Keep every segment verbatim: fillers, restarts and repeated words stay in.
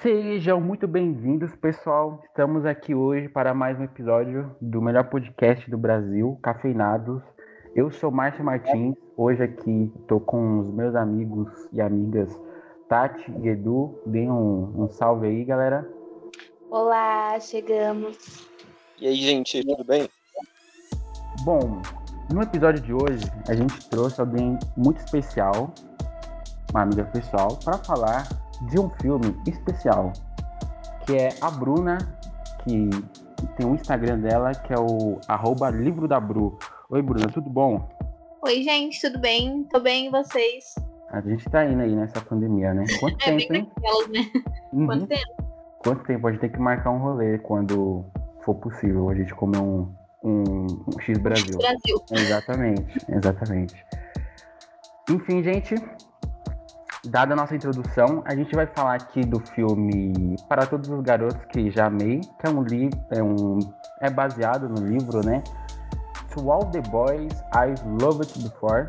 Sejam muito bem-vindos, pessoal. Estamos aqui hoje para mais um episódio do melhor podcast do Brasil, Cafeinados. Eu sou Márcio Martins. Hoje aqui estou com os meus amigos e amigas Tati e Edu. Deem um, um salve aí, galera. Olá, chegamos. E aí, gente, tudo bem? Bom, no episódio de hoje a gente trouxe alguém muito especial, uma amiga pessoal, para falar de um filme especial, que é a Bruna, que tem um Instagram dela, que é o arroba livro da Bru. Oi, Bruna, tudo bom? Oi, gente, tudo bem? Tô bem, e vocês? A gente tá indo aí nessa pandemia, né? Quanto É bem tempo, hein? daquelas, né? Uhum. Quanto tempo? Quanto tempo? A gente tem que marcar um rolê quando for possível. A gente comer um, um, um X Brasil. Brasil. Exatamente, exatamente. Enfim, gente, dada a nossa introdução, a gente vai falar aqui do filme Para Todos os Garotos que Já Amei, que é um livro, é, um, é baseado no livro, né? To All the Boys I've Loved Before.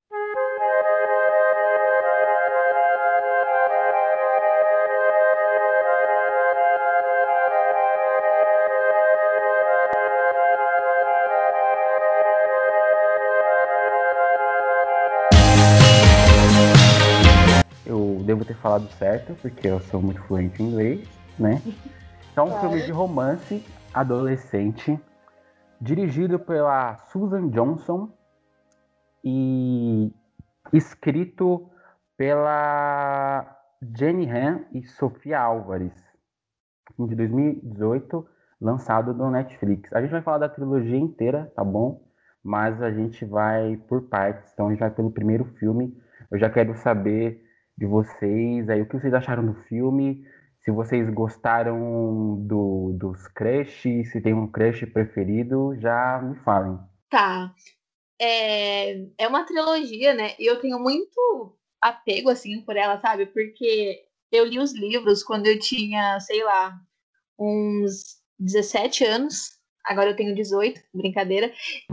Eu devo ter falado certo, porque eu sou muito fluente em inglês, né? Então, um filme de romance adolescente, dirigido pela Susan Johnson e escrito pela Jenny Han e Sofia Álvares, de dois mil e dezoito, lançado no Netflix. A gente vai falar da trilogia inteira, tá bom? Mas a gente vai por partes, então a gente vai pelo primeiro filme. Eu já quero saber de vocês aí o que vocês acharam do filme, se vocês gostaram do, dos crushes, se tem um crush preferido, já me falem. Tá. É, é uma trilogia, né? E eu tenho muito apego, assim, por ela, sabe? Porque eu li os livros quando eu tinha, sei lá, uns dezessete anos. Agora eu tenho dezoito, brincadeira.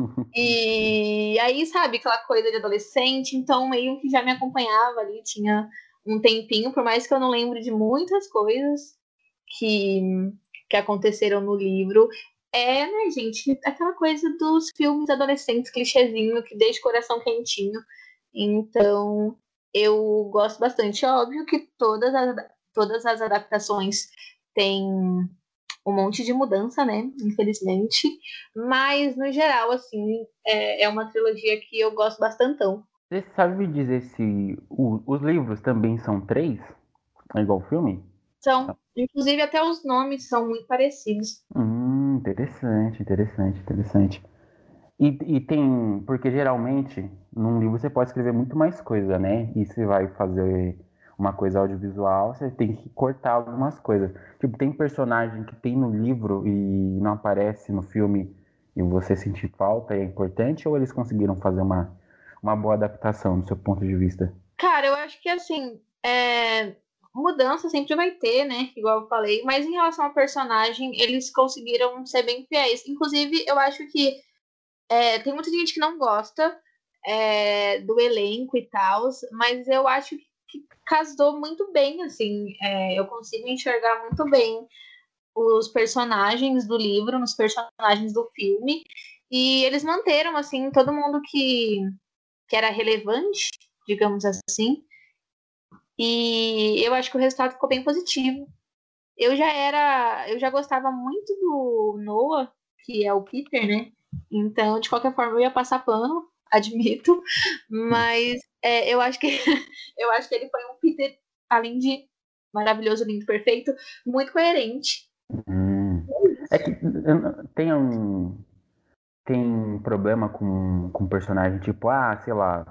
E aí, sabe, aquela coisa de adolescente, então meio que já me acompanhava ali, tinha um tempinho, por mais que eu não lembre de muitas coisas que, que aconteceram no livro. É, né, gente, aquela coisa dos filmes adolescentes, clichêzinho, que deixa o coração quentinho. Então, eu gosto bastante. É óbvio que todas as, todas as adaptações têm um monte de mudança, né? Infelizmente. Mas, no geral, assim, é, é uma trilogia que eu gosto bastantão. Você sabe me dizer se o- os livros também são três? É igual o filme? São, inclusive, até os nomes são muito parecidos. Hum, interessante, interessante, interessante. E, e tem, porque geralmente num livro você pode escrever muito mais coisa, né? E você vai fazer uma coisa audiovisual, você tem que cortar algumas coisas. Tipo, tem personagem que tem no livro e não aparece no filme e você sentir falta e é importante, ou eles conseguiram fazer uma, uma boa adaptação do seu ponto de vista? Cara, eu acho que, assim, é, mudança sempre vai ter, né? Igual eu falei. Mas em relação ao personagem, eles conseguiram ser bem fiéis. Inclusive, eu acho que é, tem muita gente que não gosta é, do elenco e tal, mas eu acho que casou muito bem, assim. É, eu consigo enxergar muito bem os personagens do livro nos personagens do filme. E eles manteram, assim, todo mundo que, que era relevante, digamos assim. E eu acho que o resultado ficou bem positivo. Eu já era, eu já gostava muito do Noah, que é o Peter, né? Então, de qualquer forma, eu ia passar pano, admito, mas é, eu acho que eu acho que ele foi um Peter, além de maravilhoso, lindo, perfeito, muito coerente. Hum. É que eu- tem um, tem problema com, com personagem tipo, ah, sei lá,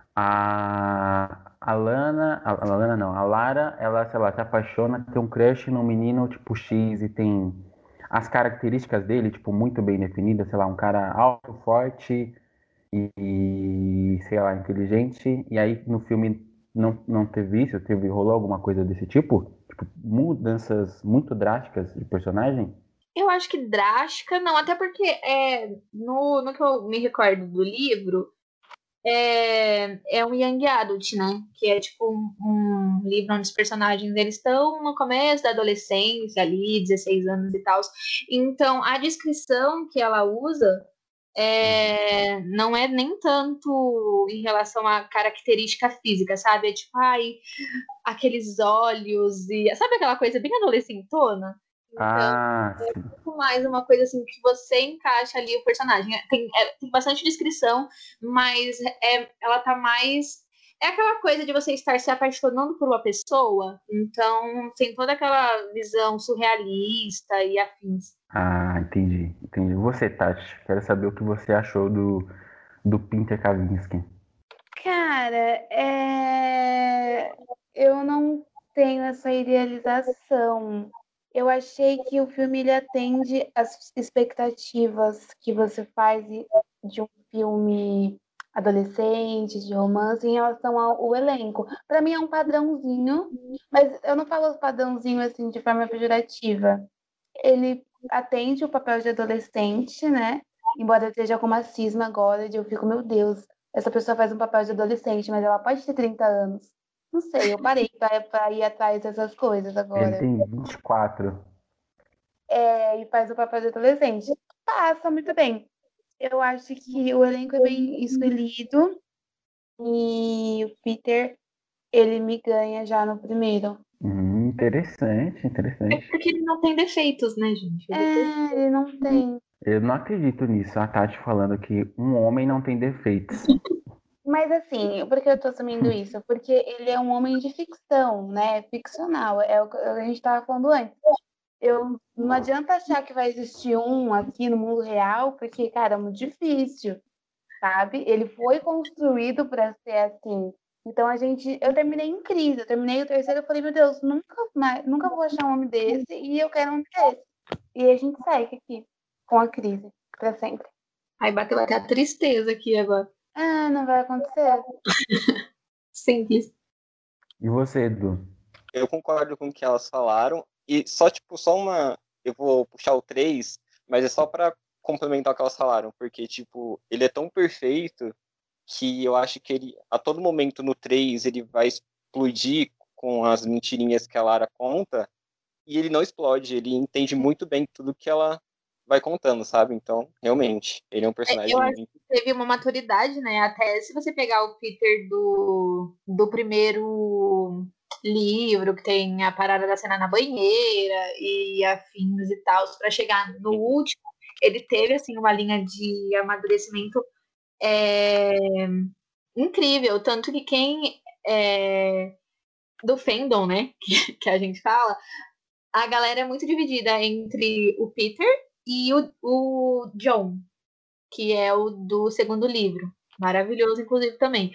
a, a Lana, a, a Lana não, a Lara, ela, sei lá, se apaixona, tem um crush num menino tipo X e tem as características dele, tipo, muito bem definidas, sei lá, um cara alto, forte e, e, sei lá, inteligente, e aí no filme não, não teve isso, teve, rolou alguma coisa desse tipo? Tipo, mudanças muito drásticas de personagem? Eu acho que drástica, não, até porque é, no, no que eu me recordo do livro, é, é um young adult, né? Que é tipo um, um livro onde os personagens eles estão no começo da adolescência ali, dezesseis anos e tal. Então, a descrição que ela usa é, não é nem tanto em relação à característica física, sabe? É tipo, ai, aqueles olhos e... Sabe aquela coisa bem adolescentona? Então, Ah, sim. muito mais uma coisa assim que você encaixa ali o personagem. É, Tem, é, tem bastante descrição, mas é, ela tá mais. É aquela coisa de você estar se apaixonando por uma pessoa, então tem toda aquela visão surrealista e afins. Ah, entendi, entendi. Você, Tati, quero saber o que você achou do, do Peter Kavinsky. Cara, é... eu não tenho essa idealização. Eu achei que o filme ele atende às expectativas que você faz de um filme adolescente, de romance, em relação ao, ao elenco. Para mim é um padrãozinho, mas eu não falo padrãozinho assim de forma pejorativa. Ele atende o papel de adolescente, né? Embora eu esteja com uma cisma agora, de eu fico, meu Deus, essa pessoa faz um papel de adolescente, mas ela pode ter trinta anos. Não sei, eu parei para ir atrás dessas coisas Ele agora. tem vinte e quatro. É, e faz o papel de adolescente. Passa muito bem. Eu acho que o elenco é bem escolhido e o Peter, ele me ganha já no primeiro. Hum, interessante, É interessante. porque ele não tem defeitos, né, gente? Ele É, ele não tem. Eu não acredito nisso, a Tati falando que um homem não tem defeitos. Mas assim, por que eu tô assumindo isso? Porque ele é um homem de ficção, né? Ficcional. É o que a gente estava falando antes. Eu não adianta achar que vai existir um aqui no mundo real, porque, cara, é muito difícil, sabe? Ele foi construído para ser assim. Então a gente, eu terminei em crise. Eu terminei o terceiro, eu falei, meu Deus, nunca mais, nunca vou achar um homem desse e eu quero um homem desse. E a gente segue aqui com a crise para sempre. Aí bateu até a tristeza aqui agora. Ah, não vai acontecer. Simples. E você, Edu? Eu concordo com o que elas falaram. E só, tipo, só uma. Eu vou puxar o três, mas é só pra complementar o que elas falaram. Porque, tipo, ele é tão perfeito que eu acho que ele, a todo momento no três ele vai explodir com as mentirinhas que a Lara conta. E ele não explode, ele entende muito bem tudo que ela vai contando, sabe? Então, realmente, ele é um É, eu personagem acho muito. que teve uma maturidade, né? Até se você pegar o Peter do, do primeiro livro, que tem a parada da cena na banheira e afins e tal, para chegar no último, ele teve assim uma linha de amadurecimento é, incrível. Tanto que quem é, do fandom, né? Que, que a gente fala, a galera é muito dividida entre o Peter e o, o John, que é o do segundo livro. Maravilhoso, inclusive, também.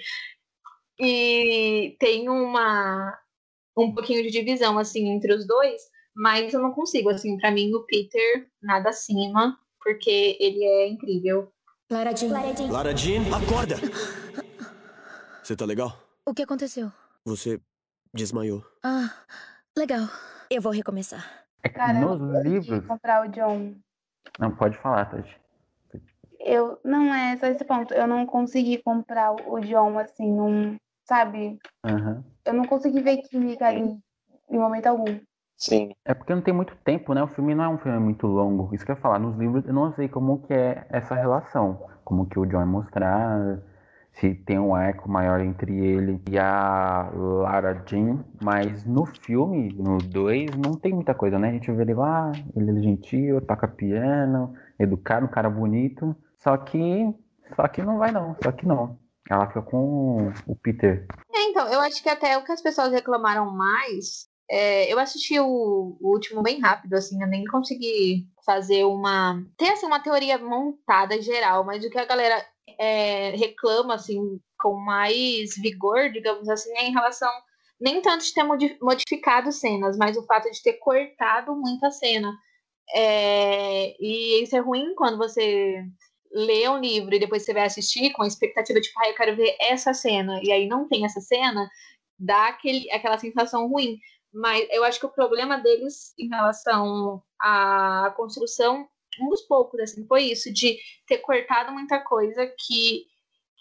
E tem uma um pouquinho de divisão, assim, entre os dois, mas eu não consigo, assim, pra mim o Peter nada acima, porque ele é incrível. Lara Jean. Lara Jean, acorda! Você tá legal? O que aconteceu? Você desmaiou. Ah, legal. Eu vou recomeçar. É que Cara, eu não nos consegui livros. comprar o John. Não, pode falar, Tati. Eu não é só esse ponto. Eu não consegui comprar o John assim, num, sabe? Aham. Eu não consegui ver química ali em momento algum. Sim. É porque não tem muito tempo, né? O filme não é um filme muito longo. Isso que eu ia falar. Nos livros eu não sei como que é essa relação. Como que o John é mostrado. Se tem um arco maior entre ele e a Lara Jean. Mas no filme, no dois, não tem muita coisa, né? A gente vê ele lá, ele é gentil, toca piano, educado, um cara bonito. Só que. Só que não vai não. Só que não. Ela fica com o Peter. É, então, eu acho que até o que as pessoas reclamaram mais. É, eu assisti o, o último bem rápido, assim, eu nem consegui fazer uma. Ter assim, uma teoria montada geral, mas o que a galera é, reclama, assim, com mais vigor, digamos assim, é em relação. Nem tanto de ter modi- modificado cenas, mas o fato de ter cortado muita cena. É, e isso é ruim quando você lê um livro e depois você vai assistir com a expectativa de, tipo, ah, eu quero ver essa cena, e aí não tem essa cena, dá aquele, aquela sensação ruim. Mas eu acho que o problema deles em relação à construção, um dos poucos, assim, foi isso, de ter cortado muita coisa que,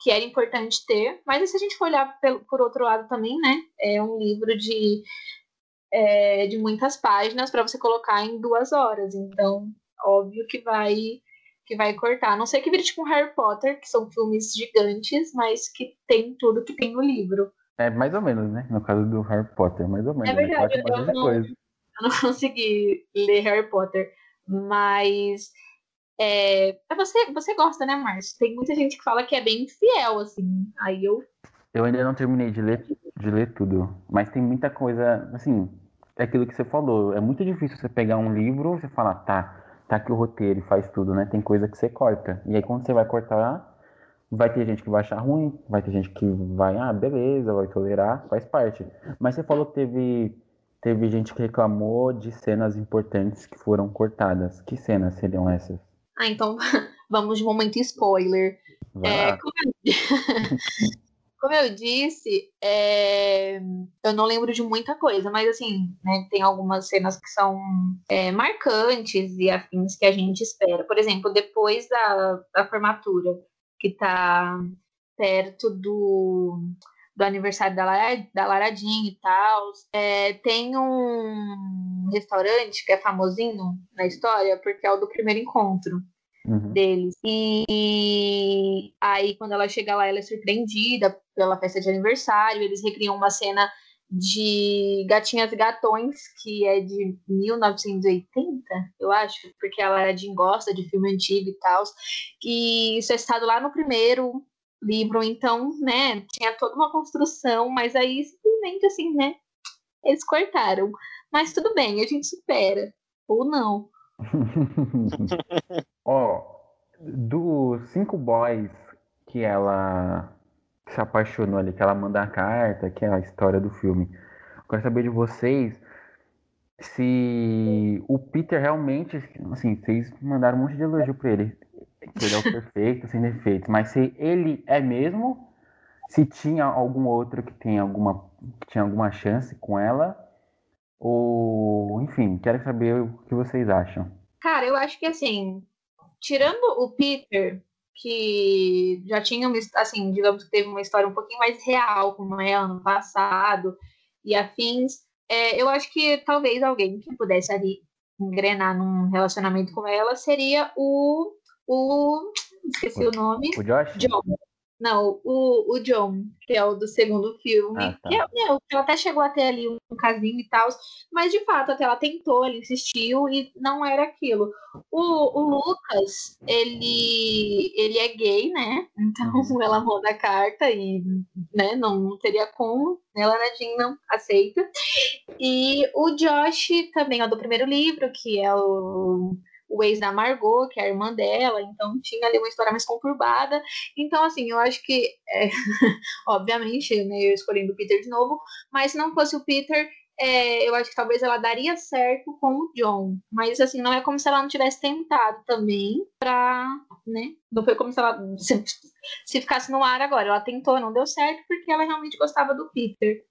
que era importante ter, mas se a gente for olhar pelo, por outro lado também, né, é um livro de, é, de muitas páginas para você colocar em duas horas, então óbvio que vai que vai cortar, a não ser que vire tipo um Harry Potter, que são filmes gigantes, mas que tem tudo que tem no livro. É mais ou menos, né? No caso do Harry Potter, mais ou menos, É né? verdade, Corta eu bastante não, coisa. eu não consegui ler Harry Potter, mas é, você, você gosta, né, Márcio? Tem muita gente que fala que é bem fiel, assim, aí eu... Eu ainda não terminei de ler, de ler tudo, mas tem muita coisa, assim, é aquilo que você falou, é muito difícil você pegar um livro e você falar, tá, tá aqui o roteiro e faz tudo, né? Tem coisa que você corta. E aí quando você vai cortar, vai ter gente que vai achar ruim, vai ter gente que vai, ah, beleza, vai tolerar, faz parte. Mas você falou que teve, teve gente que reclamou de cenas importantes que foram cortadas. Que cenas seriam essas? Ah, então vamos de momento spoiler. Vai É, lá. como, eu, como eu disse, é, eu não lembro de muita coisa, mas assim, né, tem algumas cenas que são é, marcantes e afins que a gente espera. Por exemplo, depois da, da formatura, que tá perto do, do aniversário da, Lara, da Laradinha e tal, é, tem um restaurante que é famosinho na história, porque é o do primeiro encontro Uhum. deles. E aí, quando ela chega lá, ela é surpreendida pela festa de aniversário. Eles recriam uma cena de Gatinhas e Gatões, que é de mil novecentos e oitenta, eu acho, porque a Aladdin gosta de filme antigo e tal. E isso é citado lá no primeiro livro, então, né, tinha toda uma construção, mas aí simplesmente assim, né, eles cortaram. Mas tudo bem, a gente supera. Ou não. Ó, dos cinco boys que ela se apaixonou ali, que ela manda a carta, que é a história do filme. Eu quero saber de vocês se o Peter realmente, assim, vocês mandaram um monte de elogio pra ele, que ele é o perfeito, sem defeitos, mas se ele é mesmo, se tinha algum outro que tem alguma, que tinha alguma chance com ela, ou, enfim, quero saber o que vocês acham. Cara, eu acho que assim, tirando o Peter, que já tinha uma, assim, digamos que teve uma história um pouquinho mais real com ela no passado e afins, é, eu acho que talvez alguém que pudesse ali engrenar num relacionamento com ela seria o, o esqueci o nome, O Josh? John. Não, o, o John, que é o do segundo filme, Ah, que, é, tá. meu, que ela até chegou a ter ali um, um casinho e tal, mas de fato até ela tentou, ela insistiu e não era aquilo. O, o Lucas, ele, ele é gay, né? Então Uhum. ela manda a carta e né, não, não teria como, né? Laradinha não aceita. E o Josh também é do primeiro livro, que é o, o ex da Margot, que é a irmã dela, então tinha ali uma história mais conturbada. Então, assim, eu acho que, é, obviamente, né, eu escolhendo o Peter de novo, mas se não fosse o Peter, é, eu acho que talvez ela daria certo com o John. Mas, assim, não é como se ela não tivesse tentado também pra, né? Não foi como se ela se, se ficasse no ar agora. Ela tentou, não deu certo, porque ela realmente gostava do Peter.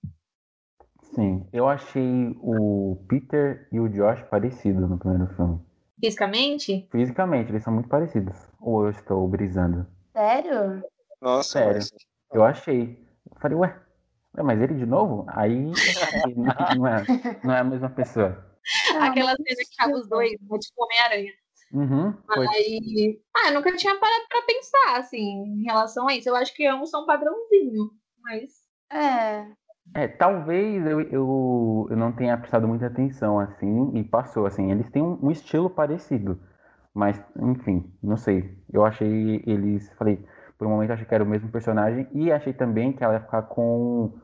Sim, eu achei o Peter e o Josh parecidos no primeiro filme. Fisicamente? Fisicamente, eles são muito parecidos. Ou eu estou brisando? Sério? Nossa, Sério, mas. eu achei. Eu falei, ué, ué, mas ele de novo? Aí eu achei, não, não é, não é a mesma pessoa. Não, Aquela não cena que tava os dois, né, tipo Homem-Aranha. Uhum, foi. Aí. Ah, eu nunca tinha parado pra pensar, assim, em relação a isso. Eu acho que ambos são padrãozinho, mas. É. É, talvez eu, eu, eu não tenha prestado muita atenção assim e passou assim. Eles têm um, um estilo parecido, mas enfim, não sei. Eu achei eles, falei, por um momento achei que era o mesmo personagem e achei também que ela ia ficar com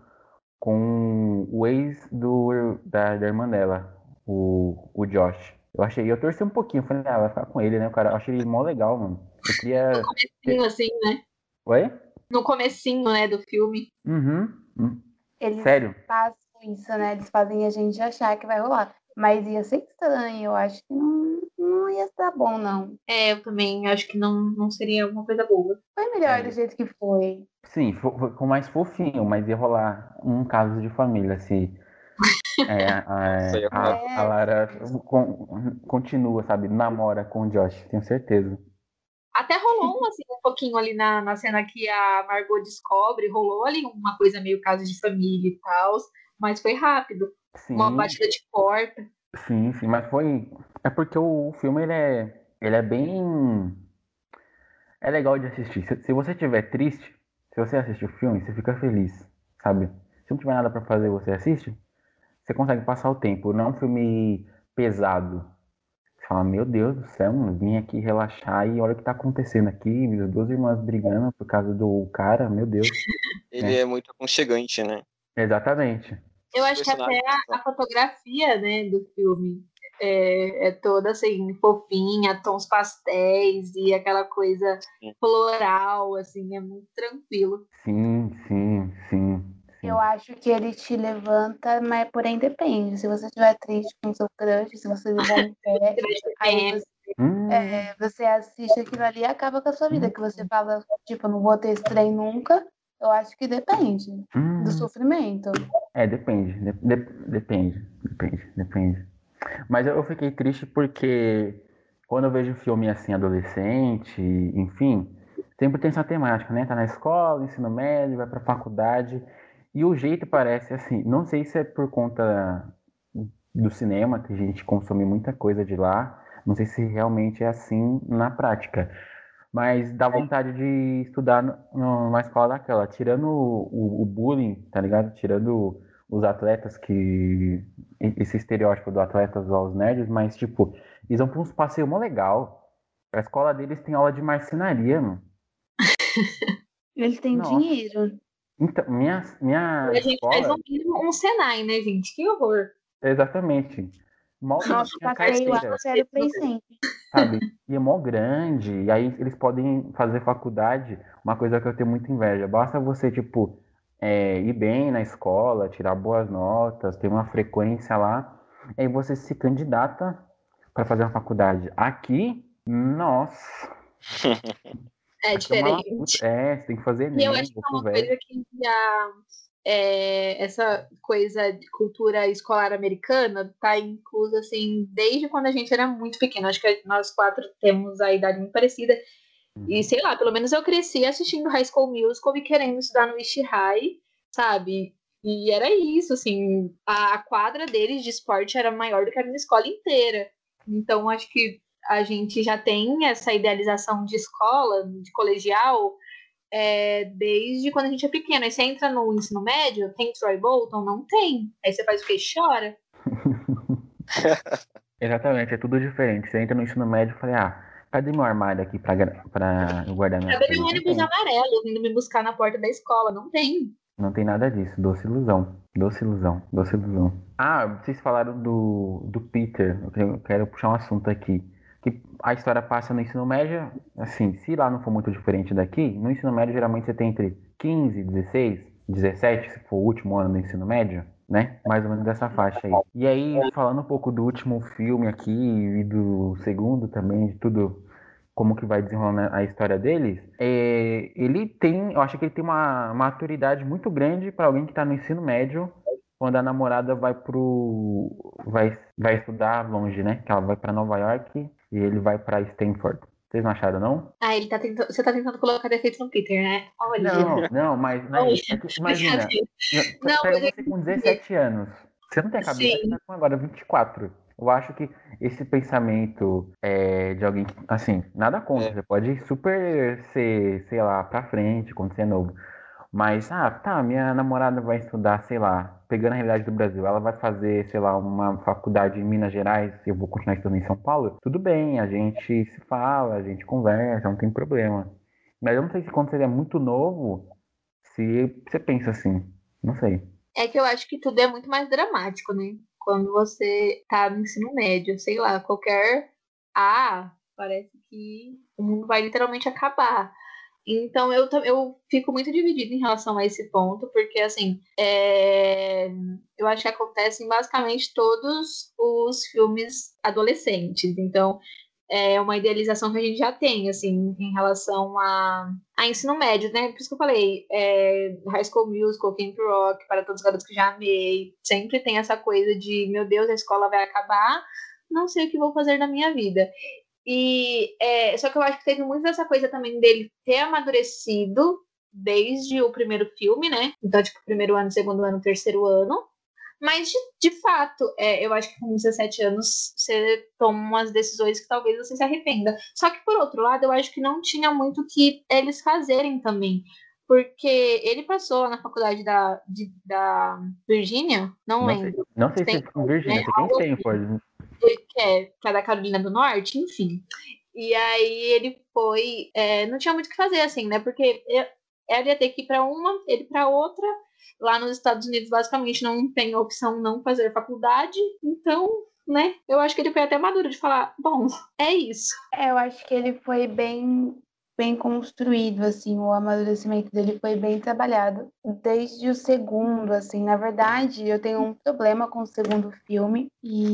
com o ex do da, da irmã dela, o, o Josh. Eu achei, eu torci um pouquinho, falei, ah, vai ficar com ele, né? O cara, eu achei ele mó legal, mano. Eu No queria. comecinho, assim, né? Oi? No comecinho, né, do filme. Uhum. Hum. Eles Sério? fazem isso, né? Eles fazem a gente achar que vai rolar. Mas ia ser estranho, eu acho que não, não ia dar bom, não. É, eu também acho que não, não seria alguma coisa boa. Foi melhor do É. jeito que foi. Sim, fo- fo- ficou mais fofinho, mas ia rolar um caso de família, se é, Nossa, a, ia rolar. a, a É, Lara con- continua, sabe, namora com o Josh, tenho certeza. Até rolou um, assim, um pouquinho ali na, na cena que a Margot descobre, rolou ali uma coisa meio caso de família e tal, mas foi rápido. Uma Sim, batida de porta. sim, sim, mas foi. É porque o filme ele é, ele é bem. É legal de assistir. Se, se você estiver triste, se você assistir o filme, você fica feliz, sabe? Se não tiver nada pra fazer, você assiste, você consegue passar o tempo. Não é um filme pesado. Você fala, meu Deus do céu, mano, vim aqui relaxar e olha o que tá acontecendo aqui. As duas irmãs brigando por causa do cara, meu Deus. Ele É, é muito aconchegante, né? exatamente. Eu Os acho que até personagens a, são. a fotografia, né, do filme é, é toda assim, fofinha, tons pastéis e aquela coisa Sim. floral, assim, é muito tranquilo. Sim, sim, sim, sim. Eu acho que ele te levanta, mas porém depende. Se você estiver triste com seu crush, se você levou um pé, aí você, Hum, é, você assiste aquilo ali e acaba com a sua vida. Que você fala, tipo, não vou ter esse trem nunca. Eu acho que depende do hum. sofrimento. É, depende, de- de- depende, depende, depende. Mas eu eu fiquei triste porque quando eu vejo filme assim, adolescente, enfim, sempre tem essa temática, né? Tá na escola, ensino médio, vai pra faculdade, e o jeito parece assim, não sei se é por conta do cinema, que a gente consome muita coisa de lá, não sei se realmente é assim na prática, mas dá vontade de estudar no- numa escola daquela, tirando o, o- o bullying, tá ligado? Tirando os atletas que. Esse estereótipo do atleta aos nerds, mas tipo, eles vão pra uns passeios mó legal. A escola deles tem aula de marcenaria, mano. Ele tem Nossa. dinheiro. Então, minha, minha E a gente faz escola, um, um Senai, né, gente? Que horror. exatamente. Mal A não gente Nosso tinha faz passeio lá carteira, eu isso. quero Play sempre. sabe? E é mó grande, e aí eles podem fazer faculdade, uma coisa que eu tenho muita inveja. Basta você, tipo, é, ir bem na escola, tirar boas notas, ter uma frequência lá, e aí você se candidata para fazer uma faculdade. Aqui, nossa, É aqui é uma labuta. diferente. É, você tem que fazer E eu Enem, acho que vou é pro uma coisa velho. que já é, essa coisa de cultura escolar americana tá inclusa assim desde quando a gente era muito pequeno. Acho que nós quatro temos a idade muito parecida. E sei lá, pelo menos eu cresci assistindo High School Musical e querendo estudar no East High, sabe? E era isso, assim, a, a quadra deles de esporte era maior do que a minha escola inteira. Então acho que a gente já tem essa idealização de escola, de colegial, é, desde quando a gente é pequeno. Aí você entra no ensino médio, tem Troy Bolton? Não tem. Aí você faz o quê? Chora. Exatamente, é tudo diferente. Você entra no ensino médio e fala, ah, cadê meu armário aqui pra, gra- pra eu guardar minhas Cadê meu coisas? Não ônibus tem. amarelo vindo me buscar na porta da escola? Não tem. Não tem nada disso. Doce ilusão. Doce ilusão. Doce ilusão. Ah, vocês falaram do, do Peter. Eu quero, eu quero puxar um assunto aqui. Que a história passa no ensino médio. Assim, se lá não for muito diferente daqui, no ensino médio geralmente você tem entre quinze, dezesseis, dezessete, se for o último ano do ensino médio, né? Mais ou menos dessa faixa aí. E aí, falando um pouco do último filme aqui e do segundo também, de tudo como que vai desenrolando a história deles, é, ele tem, eu acho que ele tem uma maturidade muito grande para alguém que está no ensino médio, quando a namorada vai pro, vai, vai estudar longe, né? Que ela vai para Nova York e ele vai para Stanford. Vocês não acharam, não? Ah, ele tá tentando. Você tá tentando colocar defeito no Peter, né? Olha. Não, não, mas, Olha. mas é que, imagina, Brincadeira. pe- Não, pega mas eu você com entendi. dezessete anos. Você não tem a cabeça que Sim. tá com agora, vinte e quatro. Eu acho que esse pensamento é, de alguém que, assim, nada contra. É, Você pode super ser, sei lá, pra frente quando você é novo. Mas, ah, tá, minha namorada vai estudar, sei lá, pegando a realidade do Brasil, ela vai fazer, sei lá, uma faculdade em Minas Gerais e eu vou continuar estudando em São Paulo. Tudo bem, a gente se fala, a gente conversa, não tem problema. Mas eu não sei se quando você é muito novo, se você pensa assim. Não sei. É que eu acho que tudo é muito mais dramático, né? Quando você tá no ensino médio, sei lá, qualquer. Ah, parece que o mundo vai literalmente acabar. Então eu, ta- eu fico muito dividida em relação a esse ponto, porque assim, é, eu acho que acontece em basicamente todos os filmes adolescentes. Então, é uma idealização que a gente já tem, assim, em relação a, a ensino médio, né? Por isso que eu falei, é, High School Musical, Camp Rock, Para Todos os Garotos que Já Amei, sempre tem essa coisa de, meu Deus, a escola vai acabar, não sei o que vou fazer na minha vida. E, é, só que eu acho que teve muito dessa coisa também dele ter amadurecido desde o primeiro filme, né? Então, tipo, primeiro ano, segundo ano, terceiro ano. Mas, de, de fato, é, eu acho que com dezessete anos você toma umas decisões que talvez você se arrependa. Só que, por outro lado, eu acho que não tinha muito o que eles fazerem também. Porque ele passou na faculdade da, de, da Virgínia, não Não sei, lembro. não sei se é Stanford, Virgínia, né? sei que é Algo assim, Stanford. que é, que é da Carolina do Norte, enfim. E aí ele foi. É, não tinha muito o que fazer, assim, né? Porque ela ia ter que ir para uma, ele para outra. Lá nos Estados Unidos, basicamente, não tem a opção não fazer faculdade. Então, né? Eu acho que ele foi até maduro de falar: bom, é isso. É, eu acho que ele foi bem, bem construído, assim, o amadurecimento dele foi bem trabalhado. Desde o segundo, assim, na verdade, eu tenho um problema com o segundo filme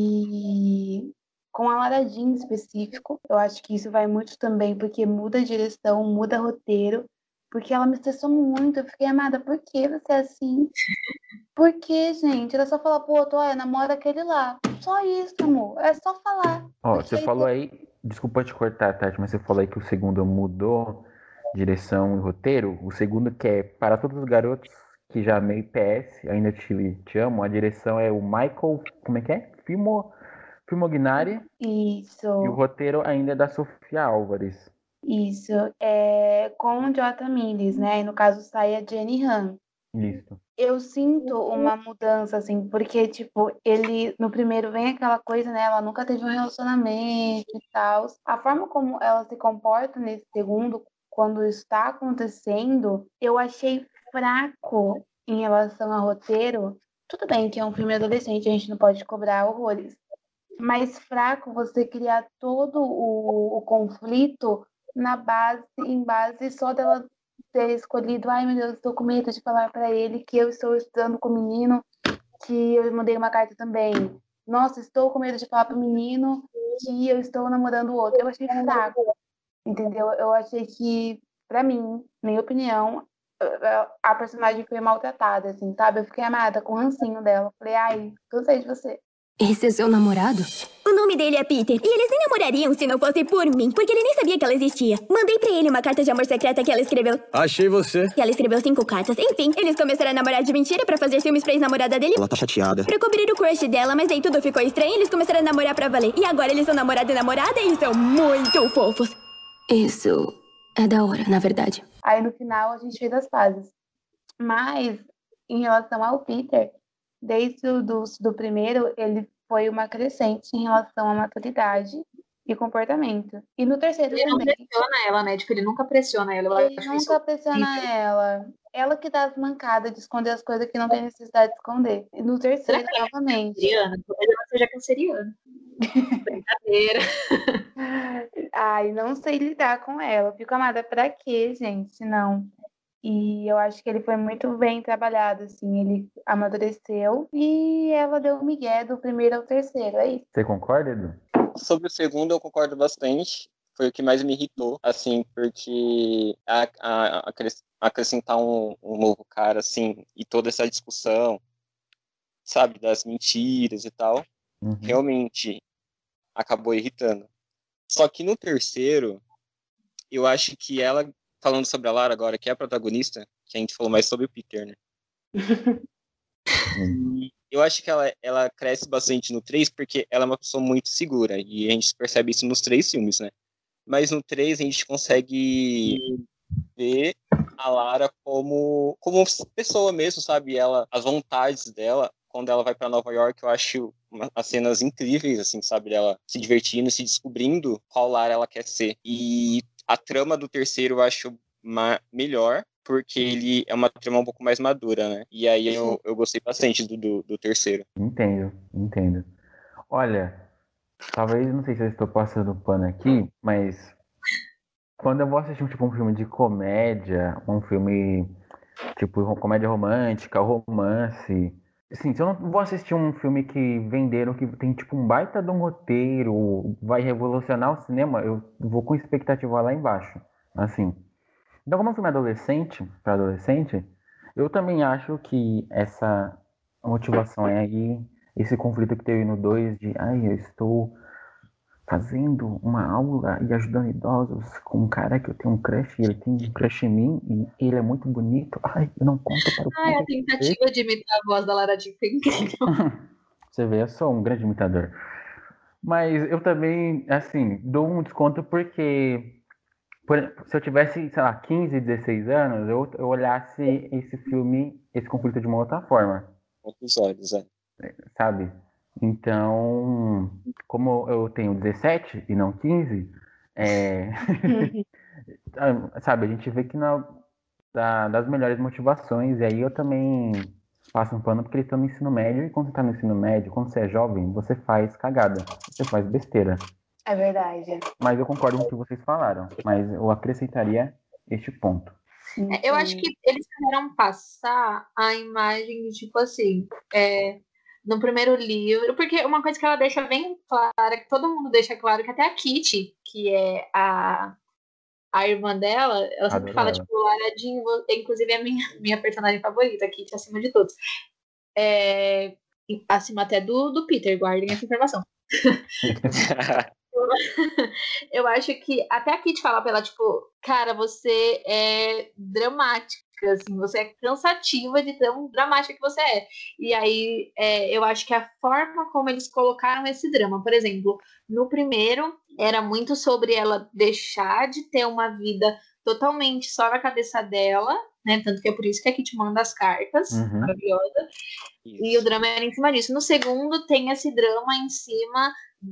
e com a Lara Jean em específico. Eu acho que isso vai muito também porque muda a direção, muda roteiro, porque ela me estressou muito. Eu fiquei, amada, por que você é assim? Por que, gente? Era só falar pro outro, olha, namora aquele lá. Só isso, amor. É só falar. Ó, Porque você aí falou aí, desculpa te cortar, Tati, mas você falou aí que o segundo mudou direção e roteiro. O segundo, que é Para Todos os Garotos que já amei P S, ainda te, te amo, a direção é o Michael, como é que é? Filmo, Filmognari, Isso, e o roteiro ainda é da Sofia Álvares. isso. É com o Jota Mills, né? E no caso sai a Jenny Han. Isso. Eu sinto uma mudança, assim, porque, tipo, ele, no primeiro vem aquela coisa, né? Ela nunca teve um relacionamento e tal. A forma como ela se comporta nesse segundo, quando está acontecendo, eu achei fraco em relação ao roteiro. Tudo bem que é um filme adolescente, a gente não pode cobrar horrores. Mas fraco você criar todo o, o conflito na base, em base só dela ter escolhido, ai meu Deus, estou com medo de falar para ele que eu estou estudando com o menino, que eu mandei uma carta também. Nossa, estou com medo de falar para o menino que eu estou namorando o outro. Eu achei fraco, entendeu? Eu achei que, para mim, minha opinião, a personagem foi maltratada, assim, sabe? Eu fiquei amada com o rancinho dela. Falei, ai, cansei de você. Esse é seu namorado? O nome dele é Peter. E eles nem namorariam se não fosse por mim, porque ele nem sabia que ela existia. Mandei pra ele uma carta de amor secreta que ela escreveu. Achei você. E ela escreveu cinco cartas. Enfim, eles começaram a namorar de mentira pra fazer ciúmes pra ex-namorada dele. Ela tá chateada. Pra cobrir o crush dela, mas aí tudo ficou estranho e eles começaram a namorar pra valer. E agora eles são namorado e namorada e são muito fofos. Isso é da hora, na verdade. Aí no final a gente fez as pazes. Mas, em relação ao Peter, desde o do, do primeiro, ele foi uma crescente em relação à maturidade e comportamento. E no terceiro Ele não também. pressiona ela, né? Tipo, ele nunca pressiona ela. Eu Ele acho nunca isso pressiona horrível. ela. Ela que dá as mancadas de esconder as coisas que não tem necessidade de esconder. E no Será terceiro, que ela é novamente. canceriana? Talvez ela seja canceriana. Brincadeira. Ai, não sei lidar com ela. Fico amada pra quê, gente? Não. E eu acho que ele foi muito bem trabalhado, assim, ele amadureceu e ela deu o migué do primeiro ao terceiro, é isso. Você concorda, Edu? Sobre o segundo, eu concordo bastante. Foi o que mais me irritou, assim, porque a, a, acrescentar um, um novo cara, assim, e toda essa discussão, sabe, das mentiras e tal, Uhum. realmente acabou irritando. Só que no terceiro, eu acho que ela, falando sobre a Lara agora, que é a protagonista, que a gente falou mais sobre o Peter, né? E eu acho que ela, ela cresce bastante no três porque ela é uma pessoa muito segura, e a gente percebe isso nos três filmes, né? Mas no três a gente consegue ver a Lara como, como pessoa mesmo, sabe? Ela, as vontades dela, quando ela vai para Nova York, eu acho uma, as cenas incríveis, assim, sabe? Ela se divertindo, se descobrindo qual Lara ela quer ser. E a trama do terceiro eu acho uma, melhor, porque ele é uma trama um pouco mais madura, né? E aí eu, eu gostei bastante do, do, do terceiro. Entendo, entendo. Olha, talvez, não sei se eu estou passando pano aqui, mas quando eu vou assistir tipo, um filme de comédia, um filme tipo uma comédia romântica, romance, assim, se eu não vou assistir um filme que venderam que tem tipo um baita de um roteiro, vai revolucionar o cinema, eu vou com expectativa lá embaixo, assim. Então, como é um filme adolescente, para adolescente, eu também acho que essa motivação é aí, esse conflito que teve no dois de, ai, eu estou fazendo uma aula e ajudando idosos com um cara que eu tenho um crush, e ele tem um crush em mim, e ele é muito bonito. Ai, eu não conto para o Ai, a público. tentativa de imitar a voz da Lara Jean foi incrível. Você vê, eu sou um grande imitador. Mas eu também, assim, dou um desconto porque por- se eu tivesse, sei lá, quinze, dezesseis anos, eu, eu olhasse esse filme, esse conflito de uma outra forma, Outros olhos, é. sabe? Então, como eu tenho dezessete e não quinze, é, ah, sabe, a gente vê que não é da- das melhores motivações, e aí eu também passo um pano porque eles estão no ensino médio, e quando você está no ensino médio, quando você é jovem, você faz cagada, você faz besteira. É verdade. Mas eu concordo com o que vocês falaram, mas eu acrescentaria este ponto. É, eu acho que eles quiseram passar a imagem de, tipo assim, é, no primeiro livro, porque uma coisa que ela deixa bem clara, que todo mundo deixa claro, que até a Kitty, que é a, a irmã dela, ela sempre Adoro fala, ela. tipo, Lara Jean, vo- inclusive é a minha, minha personagem favorita, a Kitty, acima de todos. É, acima até do, do Peter, guardem essa informação. Eu acho que até a Kitty fala pra ela, tipo, cara, você é dramática, assim, você é cansativa de tão dramática que você é. E aí, é, eu acho que a forma como eles colocaram esse drama, por exemplo, no primeiro, era muito sobre ela deixar de ter uma vida totalmente só na cabeça dela, né? Tanto que é por isso que a Kitty manda as cartas, Uhum. maravilhosa. E o Isso. drama era em cima disso. No segundo, tem esse drama em cima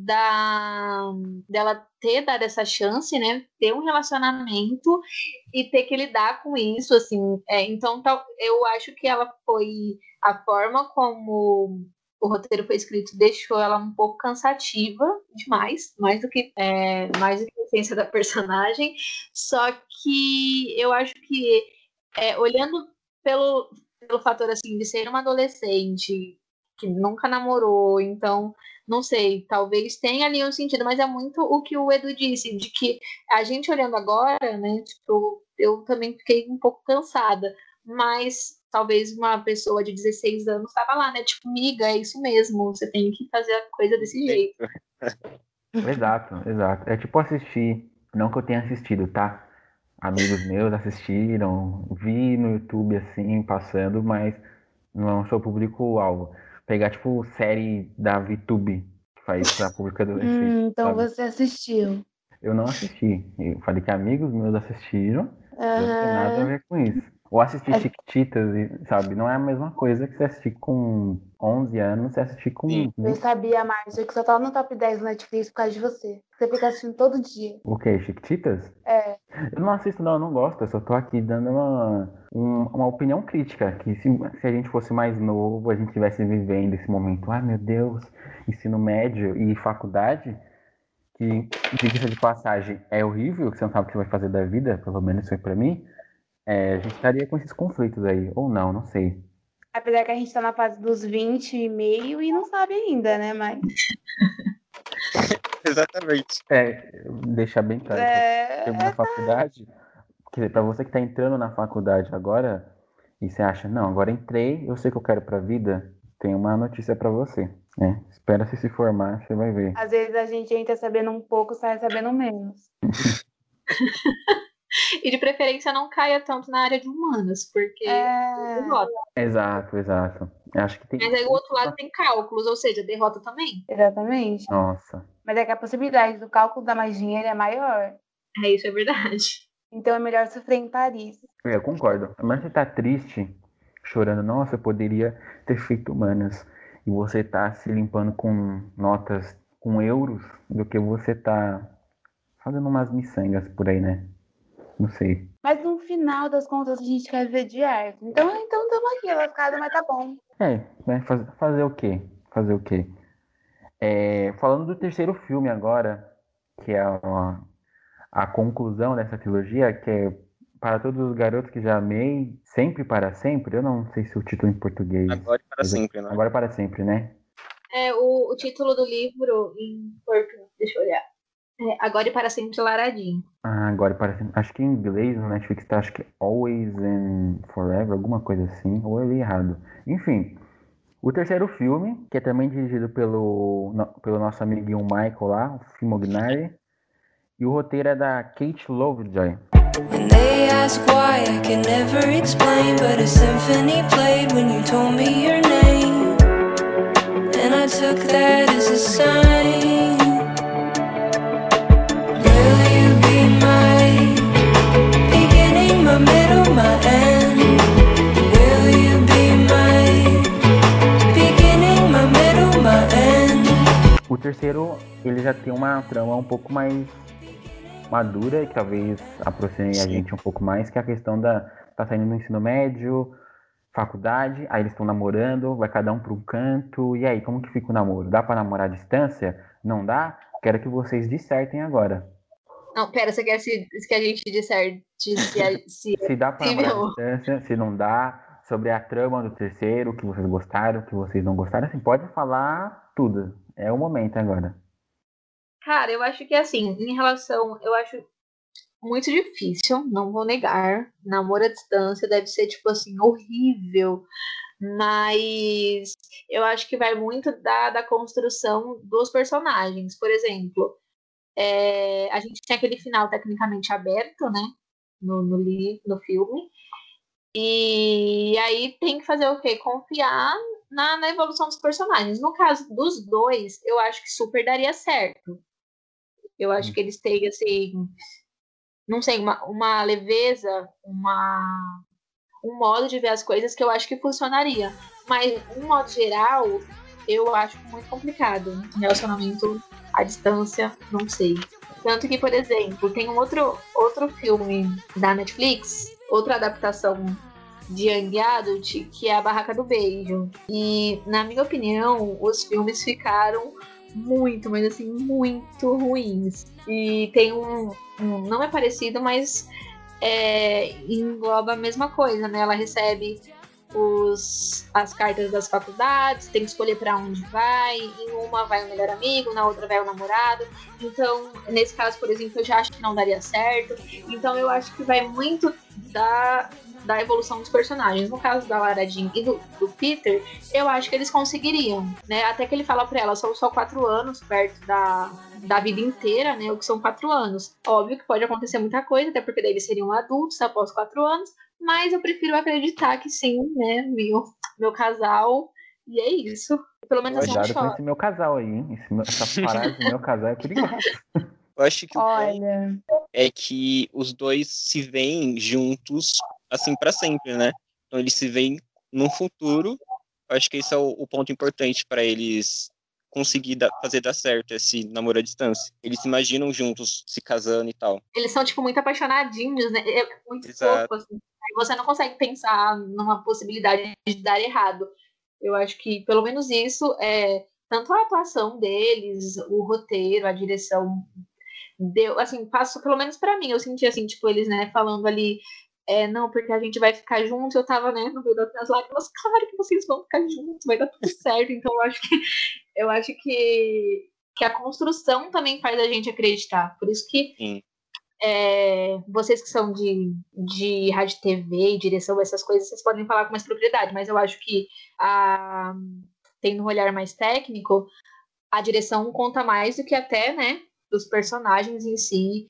da dela ter dado essa chance, né? Ter um relacionamento e ter que lidar com isso, assim. É, então, tal, eu acho que ela foi a forma como o roteiro foi escrito deixou ela um pouco cansativa demais, mais do que é, mais do que a essência da personagem. Só que eu acho que é, olhando pelo pelo fator assim de ser uma adolescente que nunca namorou, então não sei, talvez tenha ali um sentido, mas é muito o que o Edu disse, de que a gente olhando agora, né, tipo, eu também fiquei um pouco cansada, mas talvez uma pessoa de dezesseis anos estava lá, né, tipo, miga, é isso mesmo, você tem que fazer a coisa desse jeito. Exato, exato. É tipo assistir, não que eu tenha assistido, tá? Amigos meus assistiram, vi no YouTube assim, passando, mas não sou público-alvo. Pegar, tipo, série da VTube, que faz pra público adolescente, Hum, então sabe? você assistiu. Eu não assisti. Eu falei que amigos meus assistiram, eu não tenho nada a Aham. ver com isso. Ou assistir É- Chiquititas, e, sabe? Não é a mesma coisa que você assistir com onze anos, você assistir Sim. com Eu vinte. sabia, Márcia, que só tá no top dez do Netflix por causa de você. Você fica assistindo todo dia. O quê? Chiquititas? É, Eu não assisto, não, eu não gosto. Eu só tô aqui dando uma, um- uma opinião crítica. Que se, se a gente fosse mais novo, a gente estivesse vivendo esse momento, ai meu Deus, ensino médio e faculdade, que, diga-se de passagem, é horrível, que você não sabe o que vai fazer da vida, pelo menos foi pra mim. É, a gente estaria com esses conflitos aí, ou não, não sei. apesar que a gente tá na fase dos vinte e meio e não sabe ainda, né? Mas. Exatamente. É, deixar bem claro, que eu termino a É, faculdade, quer dizer, para você que está entrando na faculdade agora, e você acha, não, agora entrei, eu sei o que eu quero para a vida, tem uma notícia para você, né? Espera se se formar, você vai ver. às vezes a gente entra sabendo um pouco, sai sabendo menos. E de preferência não caia tanto na área de humanas, porque É, derrota. Exato, exato. Eu acho que tem. Mas aí o outro lado tem cálculos, ou seja, derrota também. exatamente. Nossa, Mas é que a possibilidade do cálculo dar mais dinheiro é maior. É, isso é verdade. Então é melhor sofrer em Paris. é, eu concordo. Mas você tá triste, chorando, nossa, eu poderia ter feito humanas, e você tá se limpando com notas, com euros, do que você tá fazendo umas miçangas por aí, né? Não sei. Mas no final das contas a gente quer ver de arte. Então, então estamos aqui, lascado, mas tá bom. É, né? faz- fazer o quê? Fazer o quê? É, falando do terceiro filme agora, que é a, a conclusão dessa trilogia, que é Para Todos os Garotos que Já Amei, Sempre para Sempre. Eu não sei se o título em português. Agora e para mas é- sempre, né? Agora para sempre, né? É, o, o título do livro em português, deixa eu olhar. É, Agora e para sempre Laradinho. Ah, agora para sempre. Acho que em inglês no Netflix tá, acho que Always and Forever, alguma coisa assim. Ou eu li errado. Enfim, O terceiro filme, que é também dirigido pelo, no- pelo nosso amiguinho Michael lá, o Filmognari, e o roteiro é da Kate Lovejoy. When they ask why, I can never explain, but a symphony played when you told me your name, and I took that as a sign. Will you be my beginning, my middle, my end? Will you be my beginning, my middle, my end? O terceiro, ele já tem uma trama um pouco mais madura, que talvez aproxime a Sim. gente um pouco mais, que é a questão da... Tá saindo do ensino médio, faculdade, aí eles estão namorando, vai cada um para um canto, e aí, como que fica o namoro? Dá para namorar à distância? Não dá? Quero que vocês dissertem agora. Não, pera, você quer se, que a gente disserte se, a- se, Se dá para se namorar à viu? distância, se não dá, sobre a trama do terceiro, o que vocês gostaram, o que vocês não gostaram, assim, pode falar tudo. É o momento agora. Cara, eu acho que assim, em relação, eu acho muito difícil, não vou negar. Namoro à distância deve ser, tipo assim, horrível. Mas eu acho que vai muito da, da construção dos personagens. Por exemplo, é, a gente tem aquele final tecnicamente aberto, né? No, no, li- no filme. E aí tem que fazer o quê? Confiar na, na evolução dos personagens. No caso dos dois, eu acho que super daria certo. Eu acho que eles têm, assim, não sei, uma, uma leveza, uma, um modo de ver as coisas que eu acho que funcionaria. Mas, em modo geral, eu acho muito complicado. Relacionamento à distância, não sei. Tanto que, por exemplo, tem um outro, outro filme da Netflix, outra adaptação de Young Adult, que é A Barraca do Beijo. E, na minha opinião, os filmes ficaram muito, mas assim, muito ruins. E tem um, um não é parecido, mas é, engloba a mesma coisa, né? Ela recebe os, as cartas das faculdades, tem que escolher para onde vai. Em uma vai o melhor amigo, na outra vai o namorado. Então, nesse caso, por exemplo, eu já acho que não daria certo. Então, eu acho que vai muito da, da evolução dos personagens. No caso da Lara Jean e do, do Peter, eu acho que eles conseguiriam, né? Até que ele fala pra ela, são só quatro anos perto da, da vida inteira, né? O que são quatro anos. Óbvio que pode acontecer muita coisa, até porque daí eles seriam adultos após quatro anos, mas eu prefiro acreditar que sim, né? Meu, meu casal, e é isso. Pelo menos assim eu Cuidado com choro. esse meu casal aí, hein? Esse meu- essa parada de meu casal é perigosa. Eu acho que o ponto Olha, é que os dois se veem juntos, assim, para sempre, né? Então eles se veem no futuro. Eu acho que esse é o, o ponto importante para eles conseguir dar- fazer dar certo esse namoro à distância. Eles se imaginam juntos, se casando e tal. Eles são, tipo, muito apaixonadinhos, né? É muito Exato. fofo, assim. Aí você não consegue pensar numa possibilidade de dar errado. Eu acho que, pelo menos isso, é tanto a atuação deles, o roteiro, a direção, deu, assim, passou, pelo menos pra mim, eu senti, assim, tipo, eles, né, falando ali, é, não, porque a gente vai ficar juntos, eu tava, né, no meio das minhas lágrimas, claro que vocês vão ficar juntos, vai dar tudo certo, então eu acho que, eu acho que, que a construção também faz a gente acreditar, por isso que Sim. é, vocês que são de, de rádio, T V, direção, essas coisas, vocês podem falar com mais propriedade, mas eu acho que a, tendo um olhar mais técnico, a direção conta mais do que até, né, dos personagens em si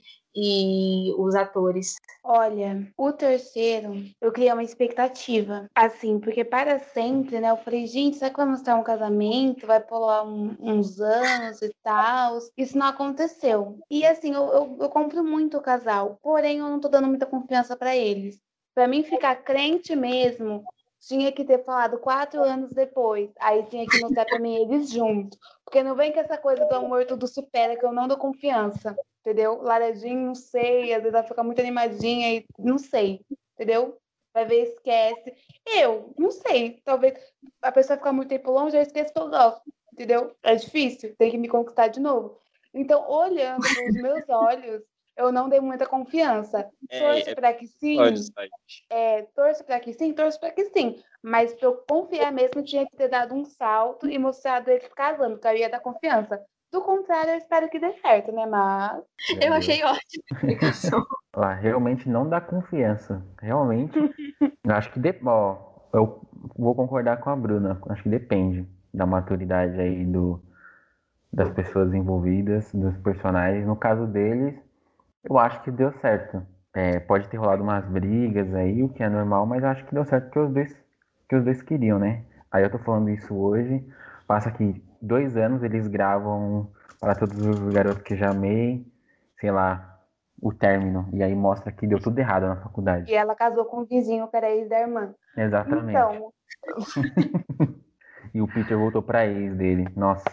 e os atores. olha, o terceiro, eu criei uma expectativa, assim, porque para sempre, né, eu falei, gente, será que vai mostrar um casamento, vai pular um- uns anos e tal? Isso não aconteceu. E assim, eu, eu, eu compro muito o casal, porém eu não tô dando muita confiança para eles. Para mim ficar crente mesmo, tinha que ter falado quatro anos depois, aí tinha que mostrar também eles juntos, porque não vem com essa coisa do amor tudo supera, que eu não dou confiança. Entendeu? Laranjinha, não sei, às vezes ela fica muito animadinha e não sei, entendeu? Vai ver, esquece. Eu, não sei, talvez a pessoa ficar muito tempo longe, eu esqueço que eu gosto, entendeu? É difícil, tem que me conquistar de novo. Então, olhando pelos meus olhos, eu não dei muita confiança. Torço É, é para que olhos, sim, sabe? é, torço para que sim, torço para que sim. Mas para eu confiar mesmo, tinha que ter dado um salto e mostrado eles casando, que eu ia dar confiança. Do contrário, eu espero que dê certo, né? Mas Meu Eu Deus. achei ótima a explicação. Ela realmente não dá confiança. Realmente. Eu acho que, de... ó, eu vou concordar com a Bruna. Acho que depende da maturidade aí do, das pessoas envolvidas, dos personagens. No caso deles, eu acho que deu certo. É, pode ter rolado umas brigas aí, o que é normal, mas eu acho que deu certo que os dois, que os dois queriam, né? Aí eu tô falando isso hoje. Passa que dois anos eles gravam Para Todos os Garotos que Já Amei, sei lá, o término. E aí mostra que deu tudo errado na faculdade. E ela casou com o vizinho, que era ex da irmã. Exatamente. Então, E o Peter voltou pra ex dele. Nossa,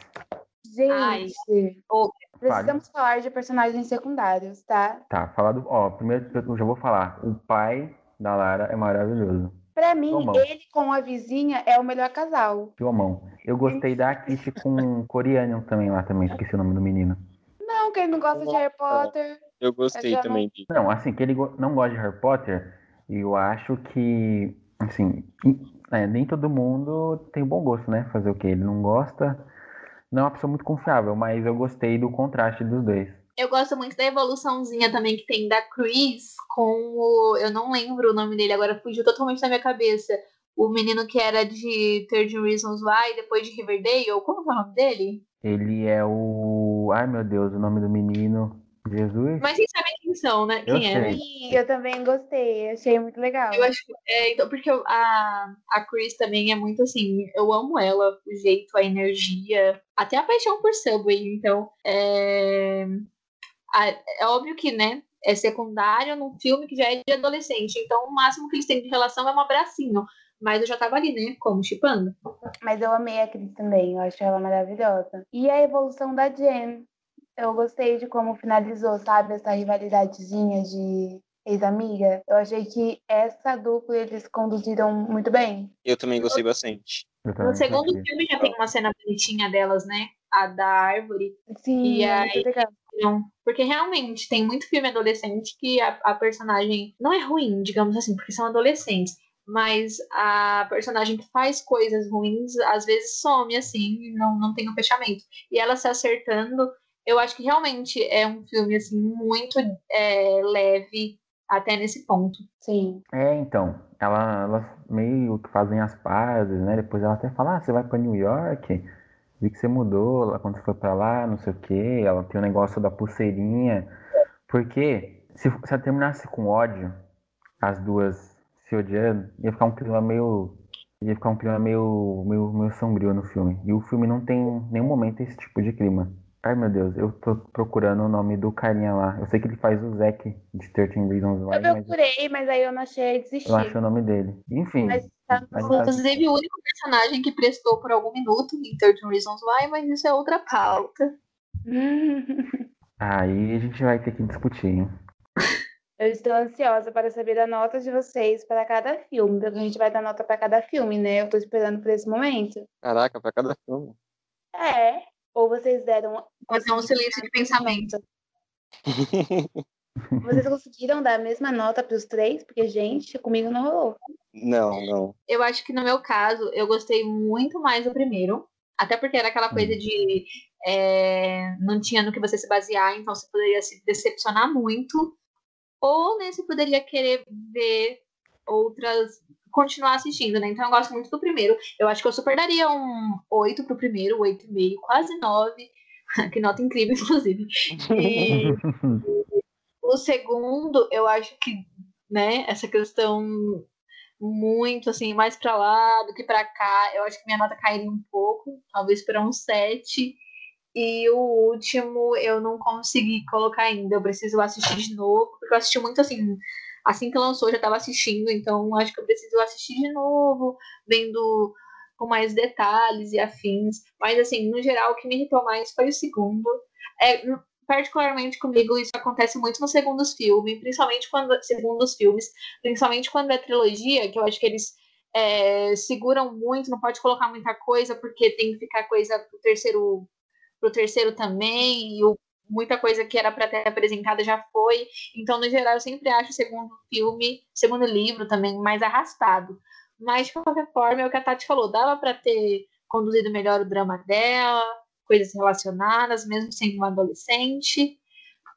Ai, gente, ô, precisamos falar de personagens secundários, tá? tá, falar do. Ó, primeiro eu já vou falar. O pai da Lara é maravilhoso. Pra mim, Filmão. ele com a vizinha é o melhor casal. Filmão. Eu gostei da Kitty com o coreano também lá também. Esqueci o nome do menino. Não, que ele não gosta de Harry Potter. Eu gostei Eu já também dele. Não, assim, que ele go- não gosta de Harry Potter, eu acho que, assim, in- é, nem todo mundo tem bom gosto, né? Fazer o quê? Ele não gosta, não é uma pessoa muito confiável, mas eu gostei do contraste dos dois. eu gosto muito da evoluçãozinha também que tem da Chris com o. Eu não lembro o nome dele, agora fugiu totalmente da minha cabeça. O menino que era de thirteen Reasons Why, depois de Riverdale. Como que é o nome dele? Ele é o. Ai, meu Deus, o nome do menino. Jesus? Mas vocês sabem quem são, né? Eu Quem é, né? sei. Sim, eu também gostei. Achei muito legal. Eu acho que. É, então, porque eu- a, a Chris também é muito assim. Eu amo ela, o jeito, a energia, até a paixão por Subway. Então, é, a- é óbvio que, né? É secundário num filme que já é de adolescente. Então, o máximo que eles têm de relação é um abracinho. Mas eu já tava ali, né? Como chipando. Mas eu amei a Cris também, eu acho ela maravilhosa. E a evolução da Jen. Eu gostei de como finalizou, sabe, essa rivalidadezinha de ex-amiga. Eu achei que essa dupla eles conduziram muito bem. Eu também gostei bastante. Eu No também segundo gostei. filme já tem uma cena bonitinha delas, né? A da árvore. Sim, E é aí, muito legal. não. Porque realmente tem muito filme adolescente que a, a personagem não é ruim, digamos assim, porque são adolescentes. Mas a personagem que faz coisas ruins, às vezes some assim, não, não tem um fechamento. E ela se acertando, eu acho que realmente é um filme assim muito é, leve até nesse ponto. Sim. É, então, ela, elas meio que fazem as pazes, né? Depois ela até fala, ah, você vai pra New York? Vi que você mudou lá quando você foi pra lá, não sei o quê. Ela tem o negócio da pulseirinha. Porque se, se ela terminasse com ódio, as duas se odiando, ia ficar um clima meio. Ia ficar um clima meio, meio, meio sombrio no filme. E o filme não tem em nenhum momento esse tipo de clima. Ai meu Deus, eu tô procurando o nome do carinha lá. Eu sei que ele faz o Zack de thirteen Reasons Eu Why, mas procurei, mas aí eu não achei, eu desisti. não achei o nome dele. Enfim, Mas tá a gente no... tá- Inclusive, o único personagem que prestou por algum minuto em thirteen Reasons Why, mas isso é outra pauta. aí a gente vai ter que discutir, hein? Eu estou ansiosa para saber a nota de vocês para cada filme, porque a gente vai dar nota para cada filme, né? Eu tô esperando por esse momento. Caraca, pra cada filme. É. Ou vocês deram. Fazer um silêncio de pensamento. Vocês conseguiram dar a mesma nota para os três? Porque, gente, comigo não rolou. Não, não. Eu acho que no meu caso, eu gostei muito mais do primeiro. Até porque era aquela coisa Hum. de é, não tinha no que você se basear, então você poderia se decepcionar muito. Ou né, você poderia querer ver outras. Continuar assistindo, né? Então eu gosto muito do primeiro. Eu acho que eu super daria um oito pro primeiro, oito e meio, quase nove. Que nota incrível, inclusive. E o segundo, eu acho que, né, essa questão muito assim, mais pra lá do que pra cá, eu acho que minha nota cairia um pouco, talvez para um sete. E o último eu não consegui colocar ainda, eu preciso assistir de novo, porque eu assisti muito assim, assim que lançou eu já tava assistindo, então acho que eu preciso assistir de novo, vendo com mais detalhes e afins. Mas assim, no geral, o que me irritou mais foi o segundo. É, particularmente comigo, isso acontece muito nos segundos filmes, principalmente quando segundos filmes, principalmente quando é trilogia, que eu acho que eles é, seguram muito, não pode colocar muita coisa, porque tem que ficar coisa pro terceiro, pro terceiro também, e o, muita coisa que era para ter apresentada já foi. Então, no geral, eu sempre acho o segundo filme, segundo livro também, mais arrastado. Mas, de qualquer forma, é o que a Tati falou, dava para ter conduzido melhor o drama dela, coisas relacionadas, mesmo sendo uma adolescente.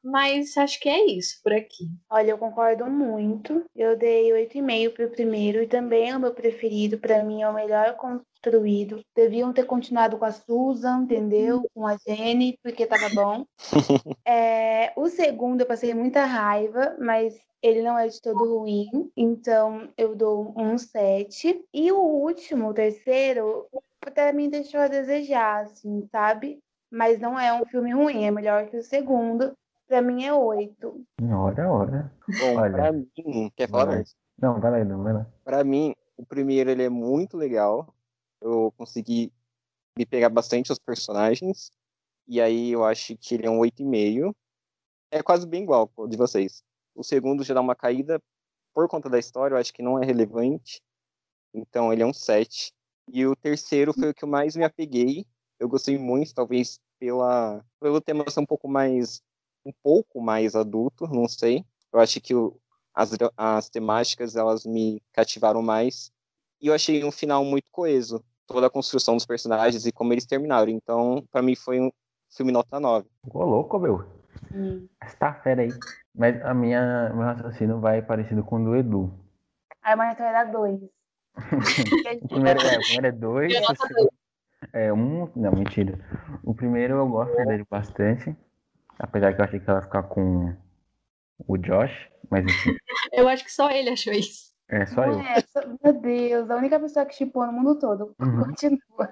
mas acho que é isso por aqui. Olha, eu concordo muito. Eu dei oito e meio pro primeiro e também é o meu preferido. Pra mim é o melhor construído. Deviam ter continuado com a Susan, entendeu? Com a Jenny, porque tava bom. É, o segundo eu passei muita raiva, mas ele não é de todo ruim. Então eu dou um sete. E o último, o terceiro, até me deixou a desejar, assim, sabe? Mas não é um filme ruim, é melhor que o segundo. Pra mim é oito. Ora, ora. Bom, Olha, pra mim, quer vai falar, lá. Marcos? Não, vai lá, Edu, vai lá. Pra mim, o primeiro ele é muito legal. Eu consegui me pegar bastante aos personagens. E aí eu acho que ele é um oito e meio. É quase bem igual ao de vocês. O segundo já dá uma caída por conta da história, eu acho que não é relevante. Então ele é um sete. E o terceiro foi o que eu mais me apeguei. Eu gostei muito, talvez pela pelo tema ser um pouco mais um pouco mais adulto, não sei. Eu acho que o, as, as temáticas elas me cativaram mais. E eu achei um final muito coeso. Toda a construção dos personagens e como eles terminaram. Então, pra mim foi um filme nota nove. Ô, louco, meu. Hum. Essa fera aí. Mas a minha, meu raciocínio vai parecido com o do Edu. Aí amanhã vai dar dois. O primeiro é, o primeiro é dois, Eu o nota segundo é um. Não, mentira. O primeiro eu gosto dele bastante. Apesar que eu achei que ela ia ficar com o Josh, mas enfim, Eu acho que só ele achou isso. é só Não eu. é essa, meu Deus, a única pessoa que chipou no mundo todo. Uhum. Continua.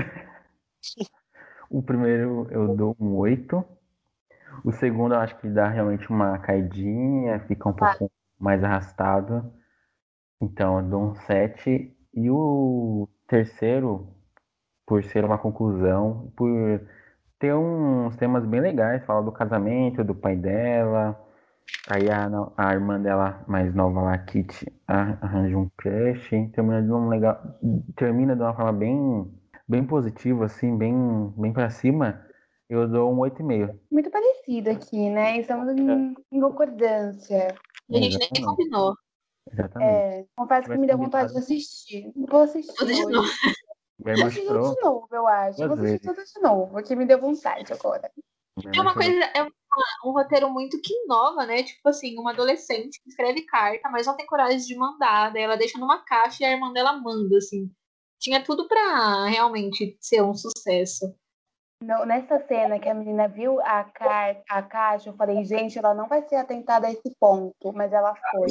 O primeiro eu dou um oito. O segundo eu acho que dá realmente uma caidinha, fica um pouco mais arrastado. Então eu dou um sete. E o terceiro, por ser uma conclusão, por ter uns temas bem legais, fala do casamento, do pai dela. Aí a, a irmã dela mais nova lá, a Kitty, a- arranja um crush, termina de um legal, termina de uma forma bem, bem positiva, assim, bem, bem pra cima. Eu dou um oito e meio. Muito parecido aqui, né? Estamos em, em concordância. E a gente nem Exatamente. combinou. Exatamente. É, confesso que Tivesse me deu vontade de combinado, assistir. Vou assistir Tudo de hoje. novo. minha Vou irmã assistir tudo chorou de novo, eu acho. duas Vou assistir vezes. tudo de novo, porque me deu vontade agora. Minha É irmã uma chorou. coisa, é uma- um roteiro muito que inova, né? Tipo assim, uma adolescente que escreve carta, mas não tem coragem de mandar. Daí ela deixa numa caixa e a irmã dela manda, assim. Tinha tudo pra realmente ser um sucesso. Não, nessa cena que a menina viu a, ca a caixa, eu falei, gente, ela não vai ser atentada a esse ponto, mas ela foi.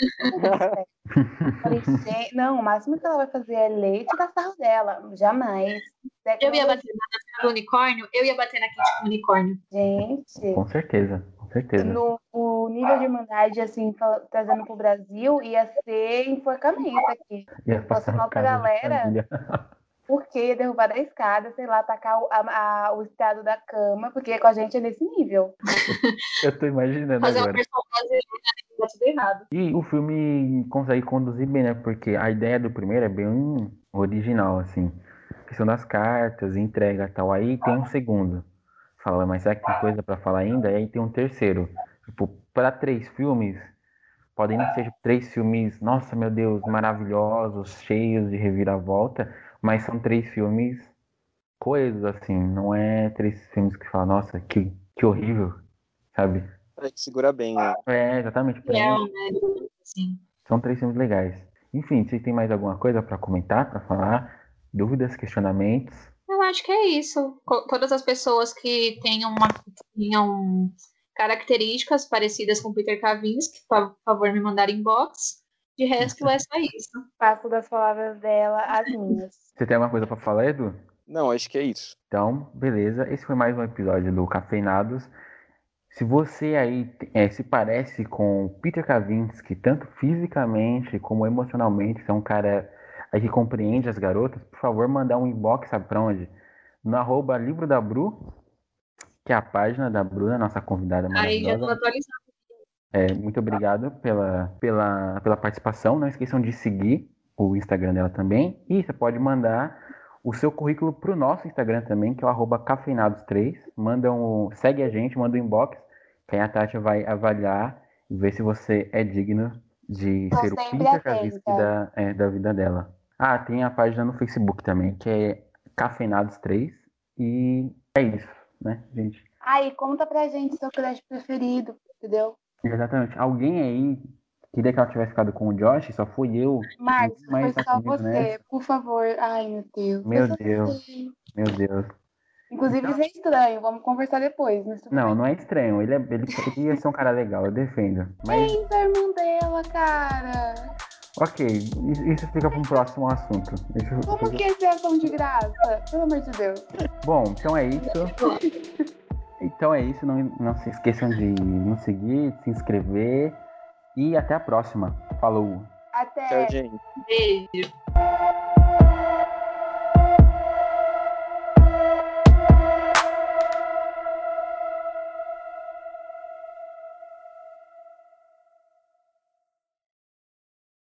Eu falei, gente, não, o máximo que ela vai fazer é ler e tirar sarro dela. Jamais. Eu ia Tecnologia, bater na cena do unicórnio, eu ia bater na Kitty com o unicórnio. gente. Com certeza, com certeza. No, o nível de irmandade, assim, fala- trazendo pro Brasil, ia ser enforcamento aqui. Ia Se fosse passar nossa um caso de galera, família. por quê? Derrubar da escada, sei lá, atacar o, a- a- o estado da cama, porque com a gente é nesse nível. Eu tô imaginando Fazer uma agora. versão brasileira e dá tudo errado. E o filme consegue conduzir bem, né? Porque a ideia do primeiro é bem original, assim. A questão das cartas, entrega e tal. Aí tem um segundo. Fala, mas será que tem coisa pra falar ainda? E aí tem um terceiro. Tipo, pra três filmes, podem não ser três filmes, nossa, meu Deus, maravilhosos, cheios de reviravolta, mas são três filmes coesos, assim. Não é três filmes que falam, nossa, que, que horrível, sabe? A gente segura bem, né? É, exatamente. Pra É, mim, né? Assim. são três filmes legais. Enfim, vocês têm mais alguma coisa pra comentar, pra falar? Dúvidas, questionamentos? Eu acho que é isso. Co- Todas as pessoas que tenham, uma, tenham características parecidas com Peter Kavinsky, por favor, me mandar inbox. De resto, é só isso. Faço das palavras dela as minhas. Você tem alguma coisa pra falar, Edu? Não, acho que é isso. Então, beleza. Esse foi mais um episódio do Cafeinados. Se você aí é, se parece com o Peter Kavinsky, tanto fisicamente como emocionalmente, você é um cara aí que compreende as garotas, por favor, mandar um inbox, sabe pra onde? No arroba livro da Bru, que é a página da Bruna, nossa convidada Aí já tô maravilhosa. atualizando. É, muito obrigado pela, pela, pela participação. Não esqueçam de seguir o Instagram dela também. E você pode mandar o seu currículo pro nosso Instagram também, que é o arroba cafeinados três. Manda um, segue a gente, manda um inbox, que aí a Tati vai avaliar e ver se você é digno de Tô ser o sempre Peter Kavinsky atenta. da, é, da vida dela. Ah, tem a página no Facebook também, que é Cafeinados três. E é isso, né, gente? Aí, conta pra gente seu crush preferido, entendeu? Exatamente. Alguém aí queria que ela tivesse ficado com o Josh, só fui eu. Marcos, Ninguém mais foi tá só comigo você, nessa. por favor. Ai, meu Deus. Meu Foi só Deus. você. Meu Deus. Inclusive, Então- isso é estranho. Vamos conversar depois. Mas tudo Não, bem. não é estranho. Ele, é, ele, ele ia ser um cara legal, eu defendo. Mas, Eita, irmão dela, cara. ok, isso, isso fica para um próximo assunto. Deixa eu- Como que esse é ação de graça? Pelo amor de Deus. Bom, então é isso. Então é isso. Não, não se esqueçam de nos seguir, de se inscrever. E até a próxima. Falou! Até. Tchau, gente. Beijo.